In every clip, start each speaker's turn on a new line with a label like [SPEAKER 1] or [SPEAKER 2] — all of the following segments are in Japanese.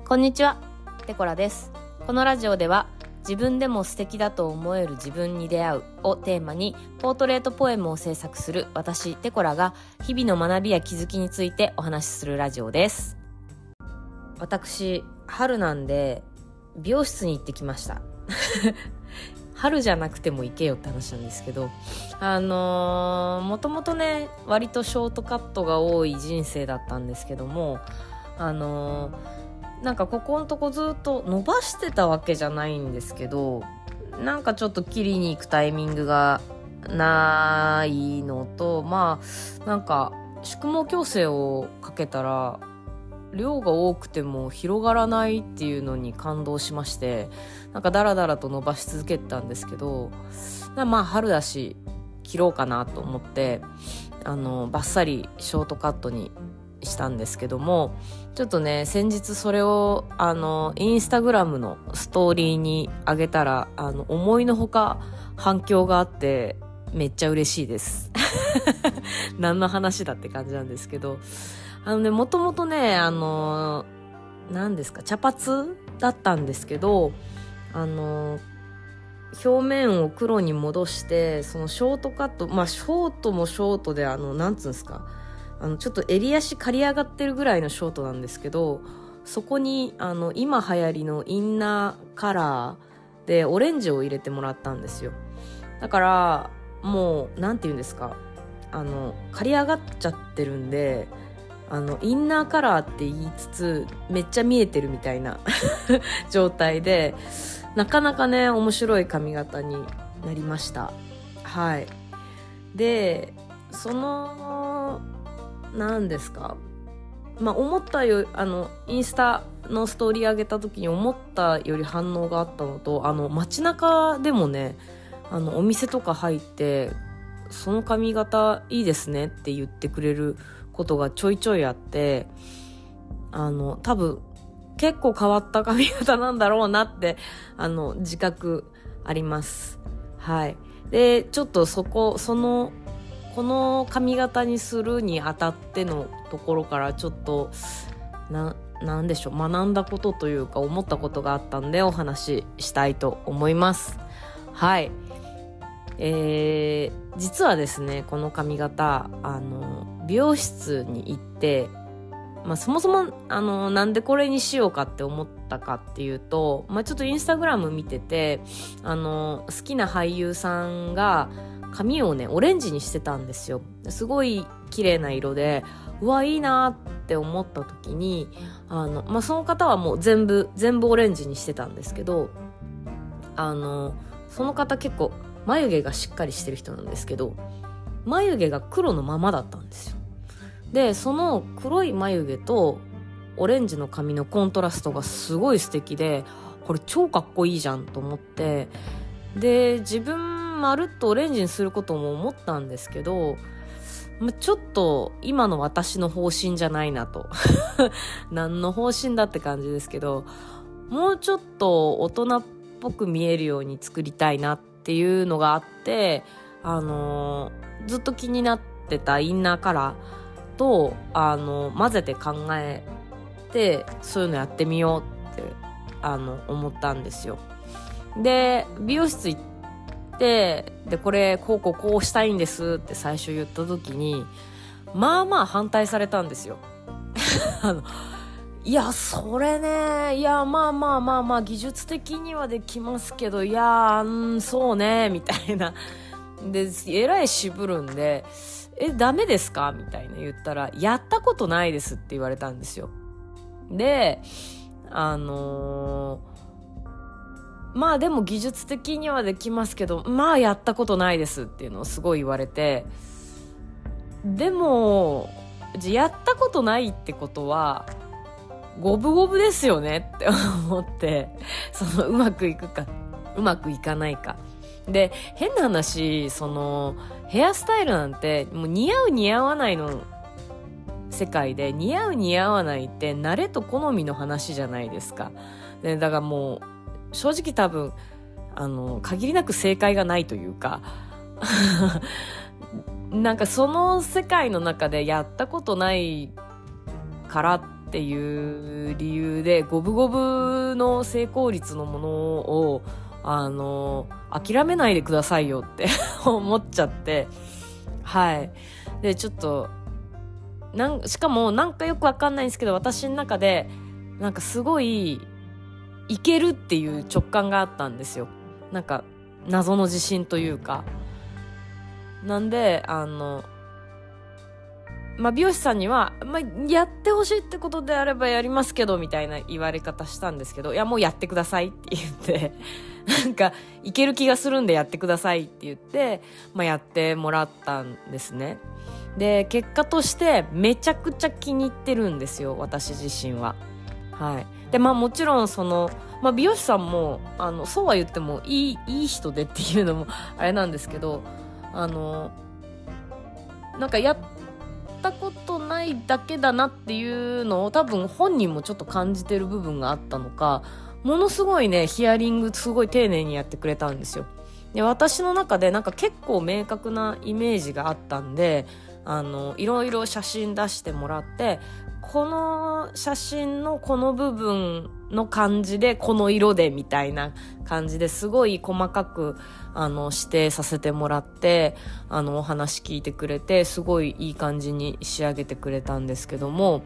[SPEAKER 1] こんにちは、テコラです。このラジオでは自分でも素敵だと思える自分に出会うをテーマにポートレートポエムを制作する私テコラが日々の学びや気づきについてお話しするラジオです。私、春なんで美容室に行ってきました春じゃなくても行けよって話なんですけど、もともとね割とショートカットが多い人生だったんですけども、なんかここのとこずっと伸ばしてたわけじゃないんですけど、なんかちょっと切りに行くタイミングがないのと、なんか宿毛矯正をかけたら量が多くても広がらないっていうのに感動しまして、なんかダラダラと伸ばし続けてたんですけど、春だし切ろうかなと思ってバッサリショートカットにしたんですけども、ちょっとね先日それをインスタグラムのストーリーに上げたら思いのほか反響があってめっちゃ嬉しいです何の話だって感じなんですけど、もともとね何ですか、茶髪だったんですけど表面を黒に戻して、そのショートカット、ショートもショートでなんつうんですか、ちょっと襟足刈り上がってるぐらいのショートなんですけど、そこに今流行りのインナーカラーでオレンジを入れてもらったんですよ。だからもうなんて言うんですか、刈り上がっちゃってるんでインナーカラーって言いつつめっちゃ見えてるみたいな状態で、なかなかね面白い髪型になりました。はい。でそのなんですか、思ったよりインスタのストーリー上げた時に思ったより反応があったのと、街中でもねお店とか入ってその髪型いいですねって言ってくれることがちょいちょいあって、多分結構変わった髪型なんだろうなって自覚あります。はい。でちょっとこの髪型にするにあたってのところからちょっとなんでしょう、学んだことというか思ったことがあったんでお話ししたいと思います。はい。実はですねこの髪型美容室に行って、そもそもなんでこれにしようかって思ったかっていうと、ちょっとインスタグラム見てて好きな俳優さんが髪をねオレンジにしてたんですよ。すごい綺麗な色で、うわいいなって思った時にその方はもう全部オレンジにしてたんですけど、その方結構眉毛がしっかりしてる人なんですけど、眉毛が黒のままだったんですよ。でその黒い眉毛とオレンジの髪のコントラストがすごい素敵で、これ超かっこいいじゃんと思って、で自分まるっとオレンジにすることも思ったんですけど、ちょっと今の私の方針じゃないなと何の方針だって感じですけど、もうちょっと大人っぽく見えるように作りたいなっていうのがあって、ずっと気になってたインナーカラーと混ぜて考えて、そういうのやってみようって思ったんですよ。で美容室行ってこれこうしたいんですって最初言った時に反対されたんですよいやそれね、いや技術的にはできますけど、いやそうねみたいなでえらい渋るんで、ダメですかみたいな言ったら、やったことないですって言われたんですよ。ででも技術的にはできますけどやったことないですっていうのをすごい言われて、でもやったことないってことは五分五分ですよねって思って、うまくいくかうまくいかないかで、変な話ヘアスタイルなんてもう似合う似合わないの世界で、似合う似合わないって慣れと好みの話じゃないですか。でだからもう正直多分限りなく正解がないというかなんかその世界の中でやったことないからっっていう理由で五分五分の成功率のものを諦めないでくださいよって思っちゃって、はい。でちょっとしかもなんかよくわかんないんですけど、私の中でなんかすごいいけるっていう直感があったんですよ。なんか謎の自信というか。なんで美容師さんには、やってほしいってことであればやりますけどみたいな言われ方したんですけど、いやもうやってくださいって言ってなんかいける気がするんでやってくださいって言って、やってもらったんですね。で結果としてめちゃくちゃ気に入ってるんですよ、私自身は。はい。でもちろん美容師さんもそうは言ってもいい人でっていうのもあれなんですけど、なんかやったことないだけだなっていうのを多分本人もちょっと感じてる部分があったのか、ものすごいねヒアリングすごい丁寧にやってくれたんですよ。で私の中でなんか結構明確なイメージがあったんで、いろいろ写真出してもらって、この写真のこの部分の感じでこの色でみたいな感じですごい細かく指定させてもらって、お話聞いてくれてすごいいい感じに仕上げてくれたんですけども、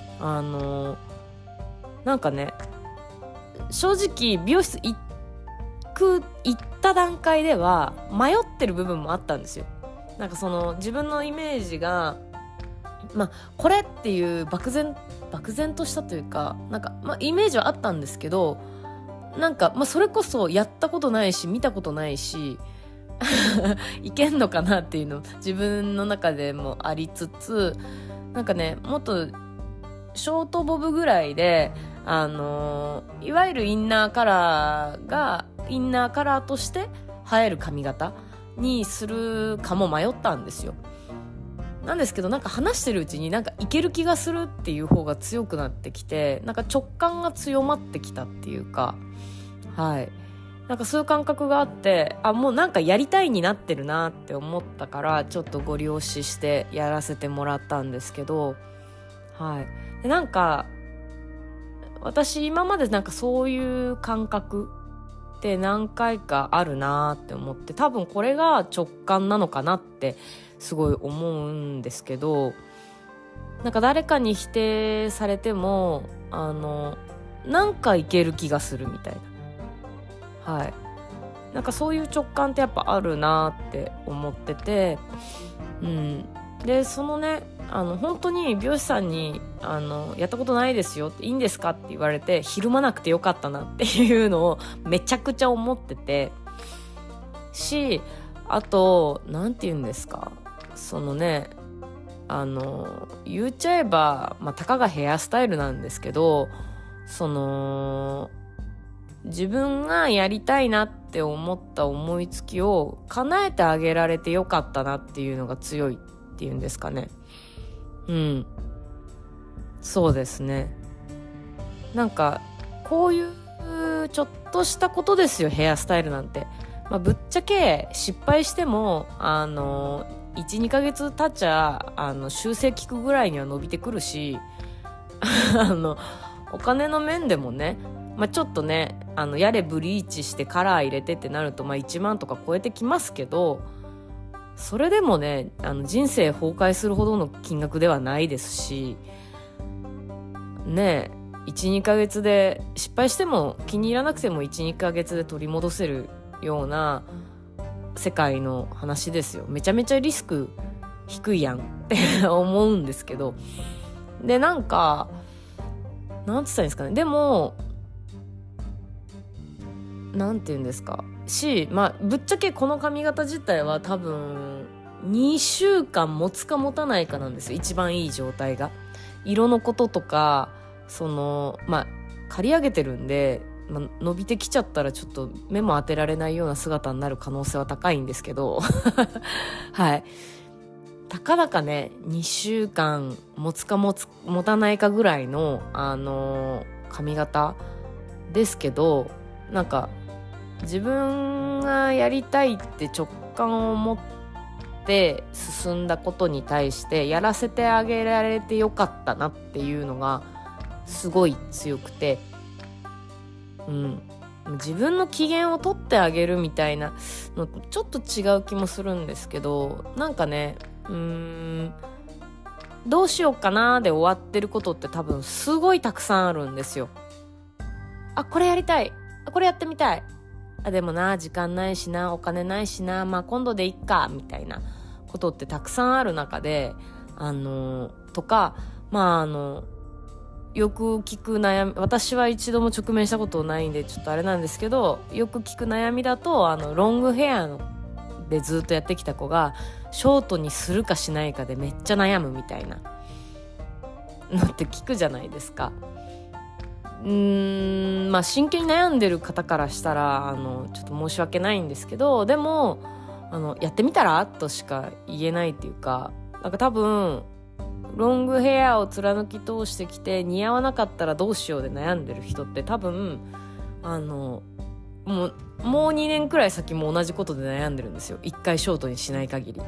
[SPEAKER 1] なんかね、正直美容室行った段階では迷ってる部分もあったんですよ。なんか自分のイメージがこれっていう漠然としたというか、なんかイメージはあったんですけど、なんかそれこそやったことないし見たことないしいけんのかなっていうの自分の中でもありつつ、なんかね、もっとショートボブぐらいでいわゆるインナーカラーとして映える髪型にするかも迷ったんですよ。なんですけど、なんか話してるうちになんかいける気がするっていう方が強くなってきて、なんか直感が強まってきたっていうか、はい。なんかそういう感覚があって、もうなんかやりたいになってるなって思ったから、ちょっとご利用ししてやらせてもらったんですけど、はい。でなんか私今までなんかそういう感覚って何回かあるなって思って、多分これが直感なのかなってすごい思うんですけど、なんか誰かに否定されてもなんかいける気がするみたいな、はい。なんかそういう直感ってやっぱあるなって思ってて、で本当に美容師さんにやったことないですよって、いいんですかって言われて、ひるまなくてよかったなっていうのをめちゃくちゃ思っててし、あとなんて言うんですか、言っちゃえば、たかがヘアスタイルなんですけど、自分がやりたいなって思った思いつきを叶えてあげられてよかったなっていうのが強いっていうんですかね。そうですね。なんかこういうちょっとしたことですよ、ヘアスタイルなんて。ぶっちゃけ失敗しても1,2 ヶ月経っちゃ修正効くぐらいには伸びてくるしお金の面でもね、ちょっとねやれブリーチしてカラー入れてってなると1万とか超えてきますけど、それでもね人生崩壊するほどの金額ではないですしね。1,2 ヶ月で失敗しても気に入らなくても 1,2 ヶ月で取り戻せるような世界の話ですよ。めちゃめちゃリスク低いやんって思うんですけど、でなんて言ったらいいんですかね。でもなんて言うんですかぶっちゃけこの髪型自体は多分2週間持つか持たないかなんですよ、一番いい状態が。色のこととか刈り上げてるんで、伸びてきちゃったらちょっと目も当てられないような姿になる可能性は高いんですけどはい。たかだかね2週間持つか持たないかぐらいの髪型ですけど、なんか自分がやりたいって直感を持って進んだことに対してやらせてあげられてよかったなっていうのがすごい強くて、自分の機嫌を取ってあげるみたいなのとちょっと違う気もするんですけど、なんかね、どうしようかなで終わってることって多分すごいたくさんあるんですよ。あ、これやりたい、これやってみたい、でもな、時間ないしな、お金ないしな、今度でいっかみたいなことってたくさんある中で、とか、よく聞く悩み、私は一度も直面したことないんでちょっとあれなんですけど、よく聞く悩みだと、ロングヘアでずっとやってきた子がショートにするかしないかでめっちゃ悩むみたいなのって聞くじゃないですか。真剣に悩んでる方からしたらちょっと申し訳ないんですけど、でもやってみたらとしか言えないっていうか、なんか多分ロングヘアを貫き通してきて似合わなかったらどうしようで悩んでる人って多分もう2年くらい先も同じことで悩んでるんですよ、一回ショートにしない限り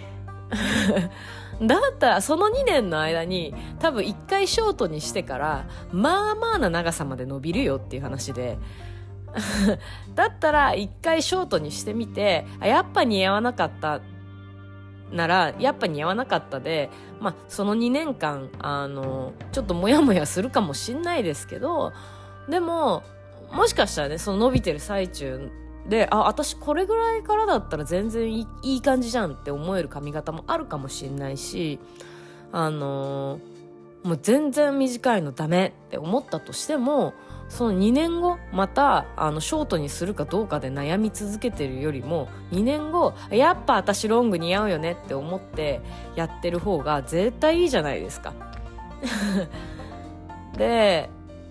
[SPEAKER 1] だったらその2年の間に多分一回ショートにしてからまあな長さまで伸びるよっていう話でだったら一回ショートにしてみて、やっぱ似合わなかったならやっぱ似合わなかったで、その2年間ちょっとモヤモヤするかもしんないですけど、でももしかしたらね、その伸びてる最中で、私これぐらいからだったら全然いい感じじゃんって思える髪型もあるかもしんないし、もう全然短いのダメって思ったとしても、その2年後またショートにするかどうかで悩み続けてるよりも、2年後やっぱ私ロング似合うよねって思ってやってる方が絶対いいじゃないですかで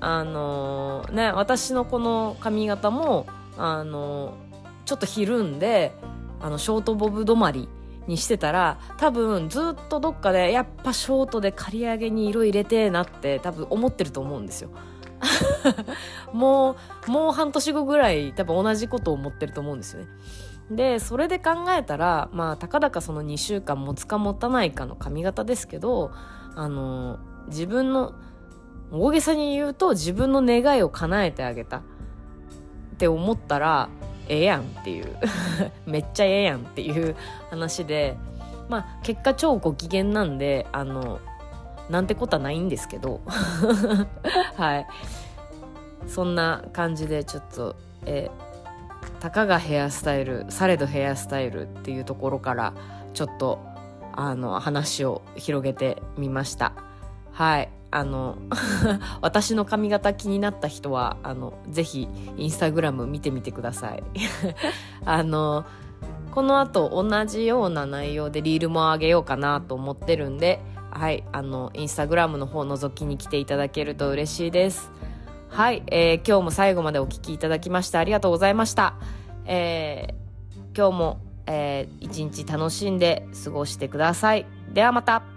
[SPEAKER 1] 私のこの髪型もちょっとひるんでショートボブ止まりにしてたら、多分ずっとどっかでやっぱショートで刈り上げに色入れてえなって多分思ってると思うんですよもう半年後ぐらい多分同じことを思ってると思うんですよね。でそれで考えたら、たかだかその2週間持つか持たないかの髪型ですけど、自分の大げさに言うと自分の願いを叶えてあげたって思ったらええやんっていうめっちゃええやんっていう話で、結果超ご機嫌なんでなんてことはないんですけどはい、そんな感じでちょっとたかがヘアスタイルされどヘアスタイルっていうところからちょっと話を広げてみました。はい、私の髪型気になった人はぜひインスタグラム見てみてくださいこの後同じような内容でリールも上げようかなと思ってるんで、はい、インスタグラムの方覗きに来ていただけると嬉しいです。はい、今日も最後までお聞きいただきましてありがとうございました。今日も、一日楽しんで過ごしてください。ではまた。